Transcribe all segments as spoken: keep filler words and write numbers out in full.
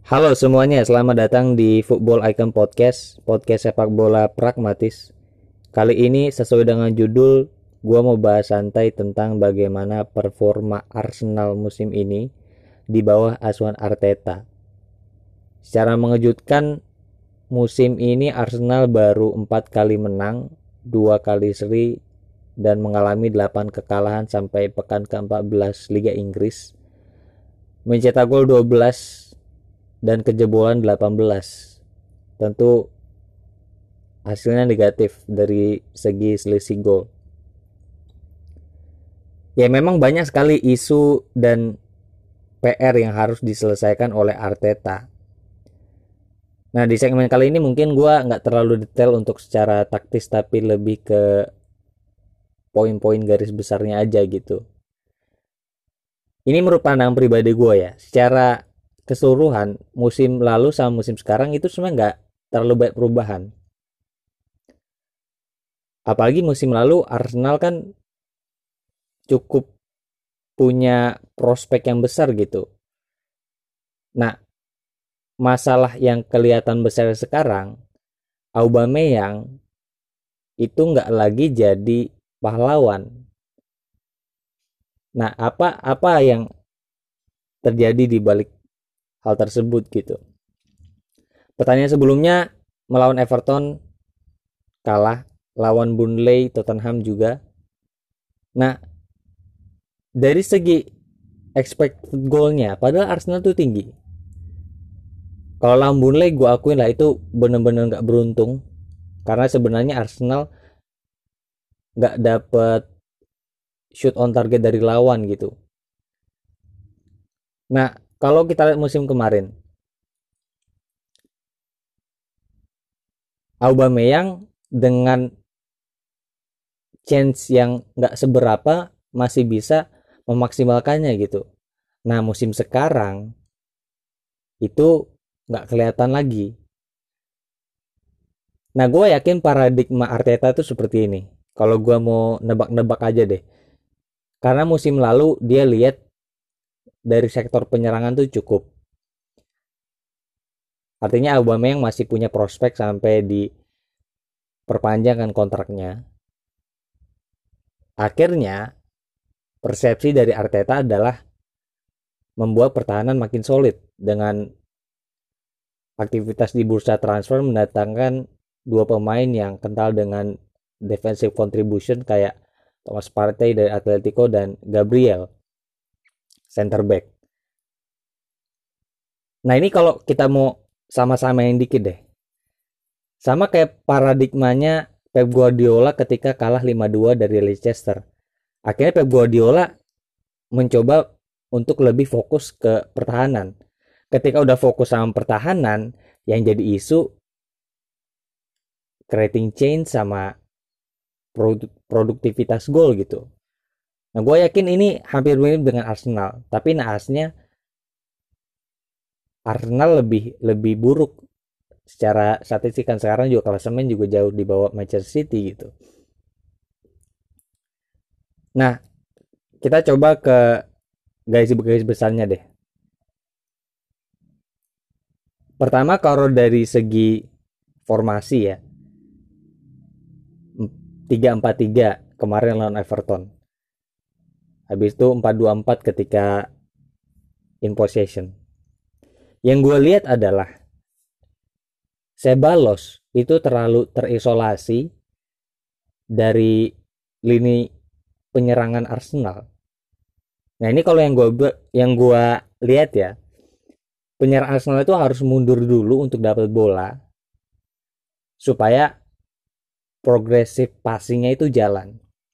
Halo semuanya, selamat datang di Football Icon Podcast, podcast sepak bola pragmatis. Kali ini sesuai dengan judul, gua mau bahas santai tentang bagaimana performa Arsenal musim ini di bawah asuhan Arteta. Secara mengejutkan, musim ini Arsenal baru empat kali menang, dua kali seri, dan mengalami delapan kekalahan sampai pekan ke-empat belas Liga Inggris. Mencetak gol dua belas dan kejebolan delapan belas. Tentu hasilnya negatif dari segi selisih gol. Ya memang banyak sekali isu dan P R yang harus diselesaikan oleh Arteta. Nah di segmen kali ini mungkin gue nggak terlalu detail untuk secara taktis, tapi lebih ke poin-poin garis besarnya aja gitu. Ini menurut pandangan pribadi gue ya. Secara keseluruhan musim lalu sama musim sekarang itu sebenarnya nggak terlalu banyak perubahan. Apalagi musim lalu Arsenal kan cukup punya prospek yang besar gitu. Nah, masalah yang kelihatan besar sekarang, Aubameyang itu nggak lagi jadi pahlawan. Nah, apa apa yang terjadi di balik hal tersebut gitu? Pertanyaan sebelumnya, melawan Everton kalah, lawan Burnley, Tottenham juga. Nah, dari segi expected goalnya, padahal Arsenal tuh tinggi. Kalau lawan Burnley gue akuin lah itu bener-bener nggak beruntung, karena sebenarnya Arsenal nggak dapet shoot on target dari lawan gitu. Nah, kalau kita lihat musim kemarin, Aubameyang dengan chance yang nggak seberapa masih bisa memaksimalkannya gitu. Nah, musim sekarang itu nggak kelihatan lagi. Nah, gue yakin paradigma Arteta tuh seperti ini. Kalau gue mau nebak-nebak aja deh. Karena musim lalu dia lihat dari sektor penyerangan tuh cukup. Artinya Aubameyang masih punya prospek sampai di perpanjangan kontraknya. Akhirnya persepsi dari Arteta adalah membuat pertahanan makin solid dengan aktivitas di bursa transfer mendatangkan dua pemain yang kental dengan defensive contribution kayak Thomas Partey dari Atletico dan Gabriel center back. Nah ini kalau kita mau sama-sama yang dikit deh. Sama kayak paradigmanya Pep Guardiola ketika kalah lima dua dari Leicester. Akhirnya Pep Guardiola mencoba untuk lebih fokus ke pertahanan. Ketika udah fokus sama pertahanan, yang jadi isu creating change sama produktivitas gol gitu. Nah, gue yakin ini hampir mirip dengan Arsenal, tapi naasnya Arsenal lebih lebih buruk secara statistik kan sekarang juga klasemen juga jauh di bawah Manchester City gitu. Nah, kita coba ke garis-garis besarnya deh. Pertama kalau dari segi formasi ya, tiga empat tiga kemarin lawan Everton. Habis itu empat dua empat ketika in possession. Yang gue lihat adalah Ceballos itu terlalu terisolasi dari lini penyerangan Arsenal. Nah ini kalau yang gue yang gue lihat ya, penyerang Arsenal itu harus mundur dulu untuk dapat bola supaya progresif passingnya itu jalan.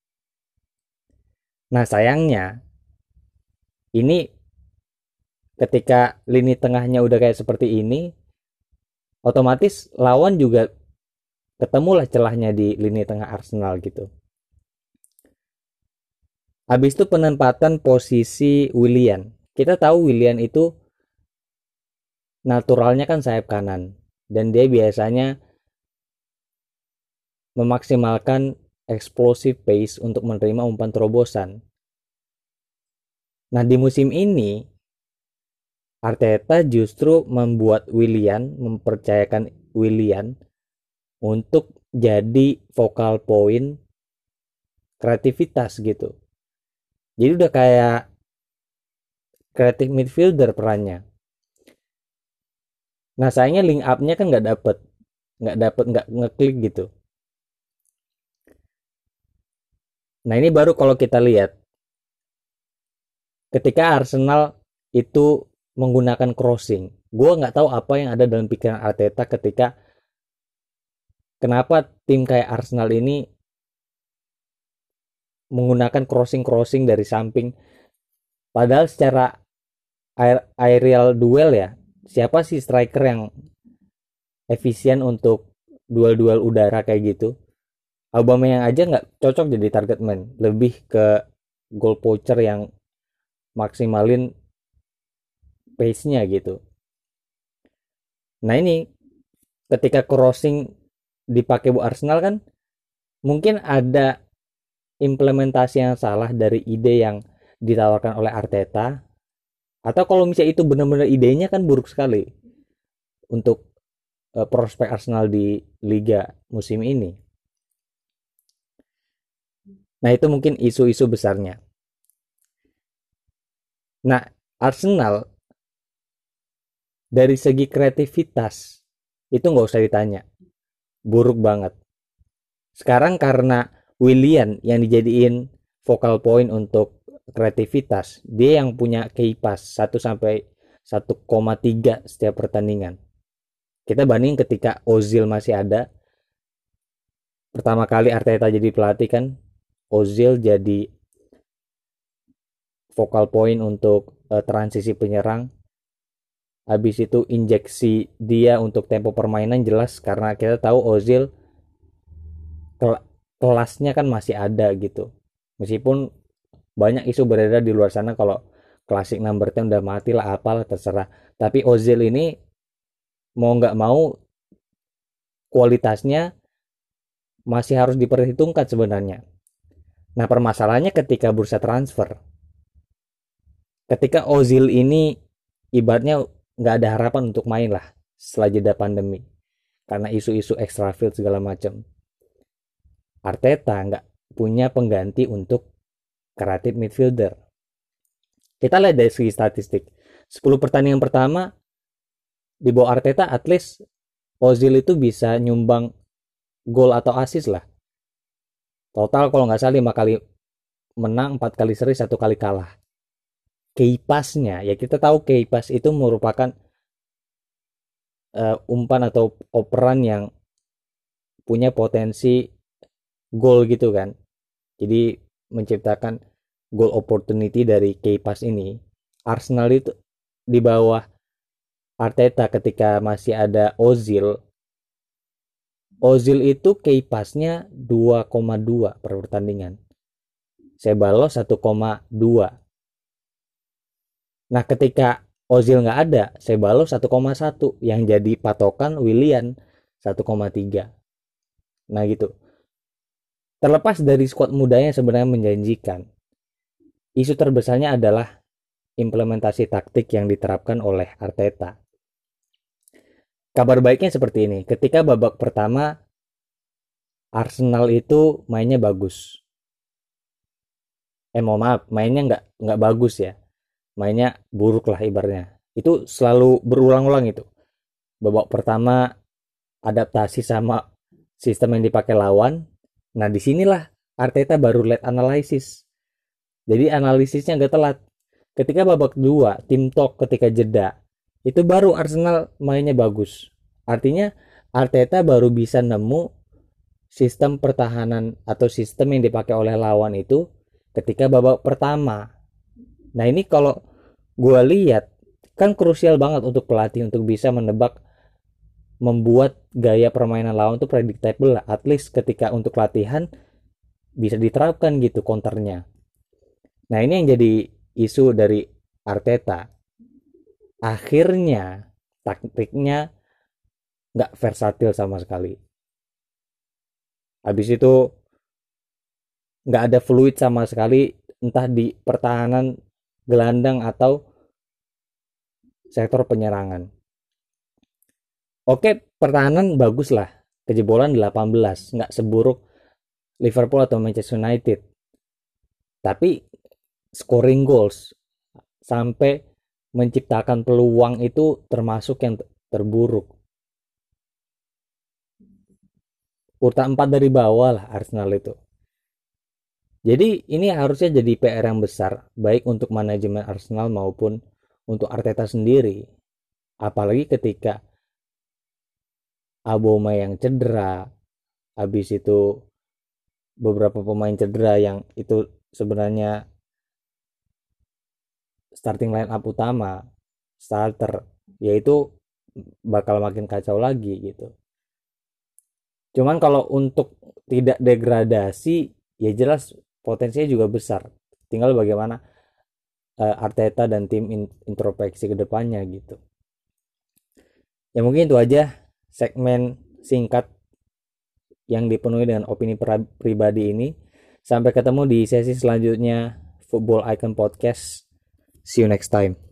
Nah sayangnya ini ketika lini tengahnya udah kayak seperti ini, otomatis lawan juga ketemulah celahnya di lini tengah Arsenal gitu. Habis itu penempatan posisi Willian. Kita tahu Willian itu naturalnya kan sayap kanan dan dia biasanya memaksimalkan explosive pace untuk menerima umpan terobosan. Nah di musim ini Arteta justru membuat Willian, mempercayakan Willian untuk jadi focal point kreativitas gitu. Jadi udah kayak kreatif midfielder perannya. Nah sayangnya link up-nya kan nggak dapet, nggak dapet, nggak ngeklik gitu. Nah ini baru kalau kita lihat ketika Arsenal itu menggunakan crossing. Gue nggak tahu apa yang ada dalam pikiran Arteta ketika kenapa tim kayak Arsenal ini menggunakan crossing-crossing dari samping. Padahal secara air, aerial duel ya, siapa sih striker yang efisien untuk duel-duel udara kayak gitu? Aubameyang aja nggak cocok jadi target man, lebih ke goal poacher yang maksimalin pace-nya gitu. Nah ini ketika crossing dipakai bu Arsenal kan mungkin ada implementasi yang salah dari ide yang ditawarkan oleh Arteta, atau kalau misalnya itu benar-benar idenya kan buruk sekali untuk uh, prospek Arsenal di Liga musim ini. Nah itu mungkin isu-isu besarnya. Nah Arsenal dari segi kreativitas itu nggak usah ditanya, buruk banget. Sekarang karena Willian yang dijadiin focal point untuk kreativitas, dia yang punya key pass satu sampai satu koma tiga setiap pertandingan. Kita banding ketika Ozil masih ada. Pertama kali Arteta jadi pelatih kan, Ozil jadi focal point untuk uh, transisi penyerang. Habis itu injeksi dia untuk tempo permainan jelas karena kita tahu Ozil kel- kelasnya kan masih ada gitu. Meskipun banyak isu beredar di luar sana kalau klasik number sepuluh udah mati lah apalah terserah. Tapi Ozil ini mau nggak mau kualitasnya masih harus diperhitungkan sebenarnya. Nah permasalahannya ketika bursa transfer, ketika Ozil ini ibaratnya nggak ada harapan untuk main lah setelah jeda pandemi karena isu-isu extra field segala macam. Arteta nggak punya pengganti untuk kreatif midfielder. Kita lihat dari segi statistik. sepuluh pertandingan pertama di bawah Arteta at least Ozil itu bisa nyumbang gol atau assist lah. Total kalau nggak salah lima kali menang, empat kali seri, satu kali kalah. Key pass-nya, ya kita tahu key pass itu merupakan uh, umpan atau operan yang punya potensi gol gitu kan. Jadi menciptakan goal opportunity dari key pass ini. Arsenal itu di bawah Arteta ketika masih ada Ozil. Ozil itu key pass-nya dua koma dua per pertandingan. Ceballos satu koma dua. Nah ketika Ozil nggak ada, Ceballos satu koma satu yang jadi patokan Willian satu koma tiga. Nah gitu. Terlepas dari skuad mudanya sebenarnya menjanjikan, isu terbesarnya adalah implementasi taktik yang diterapkan oleh Arteta. Kabar baiknya seperti ini, ketika babak pertama Arsenal itu mainnya bagus. Eh mohon maaf, mainnya nggak nggak bagus ya, mainnya buruk lah ibaratnya. Itu selalu berulang-ulang itu. Babak pertama adaptasi sama sistem yang dipakai lawan. Nah disinilah Arteta baru lihat analisis. Jadi analisisnya agak telat. Ketika babak kedua, tim talk ketika jeda, itu baru Arsenal mainnya bagus. Artinya Arteta baru bisa nemu sistem pertahanan atau sistem yang dipakai oleh lawan itu ketika babak pertama. Nah ini kalau gue lihat kan krusial banget untuk pelatih untuk bisa menebak, membuat gaya permainan lawan itu predictable lah. At least ketika untuk latihan bisa diterapkan gitu counternya. Nah ini yang jadi isu dari Arteta. Akhirnya taktiknya nggak versatil sama sekali. Habis itu nggak ada fluid sama sekali, entah di pertahanan gelandang atau sektor penyerangan. Oke, pertahanan bagus lah, kejebolan delapan belas, nggak seburuk Liverpool atau Manchester United. Tapi scoring goals sampai menciptakan peluang itu termasuk yang terburuk. Urutan empat dari bawah lah Arsenal itu. Jadi ini harusnya jadi P R yang besar, baik untuk manajemen Arsenal maupun untuk Arteta sendiri. Apalagi ketika Aubameyang cedera, habis itu beberapa pemain cedera yang itu sebenarnya starting line up utama, starter, yaitu bakal makin kacau lagi gitu. Cuman kalau untuk tidak degradasi, ya jelas potensinya juga besar. Tinggal bagaimana uh, Arteta dan tim introspeksi ke depannya gitu. Ya mungkin itu aja segmen singkat yang dipenuhi dengan opini pribadi ini. Sampai ketemu di sesi selanjutnya Football Icon Podcast. See you next time.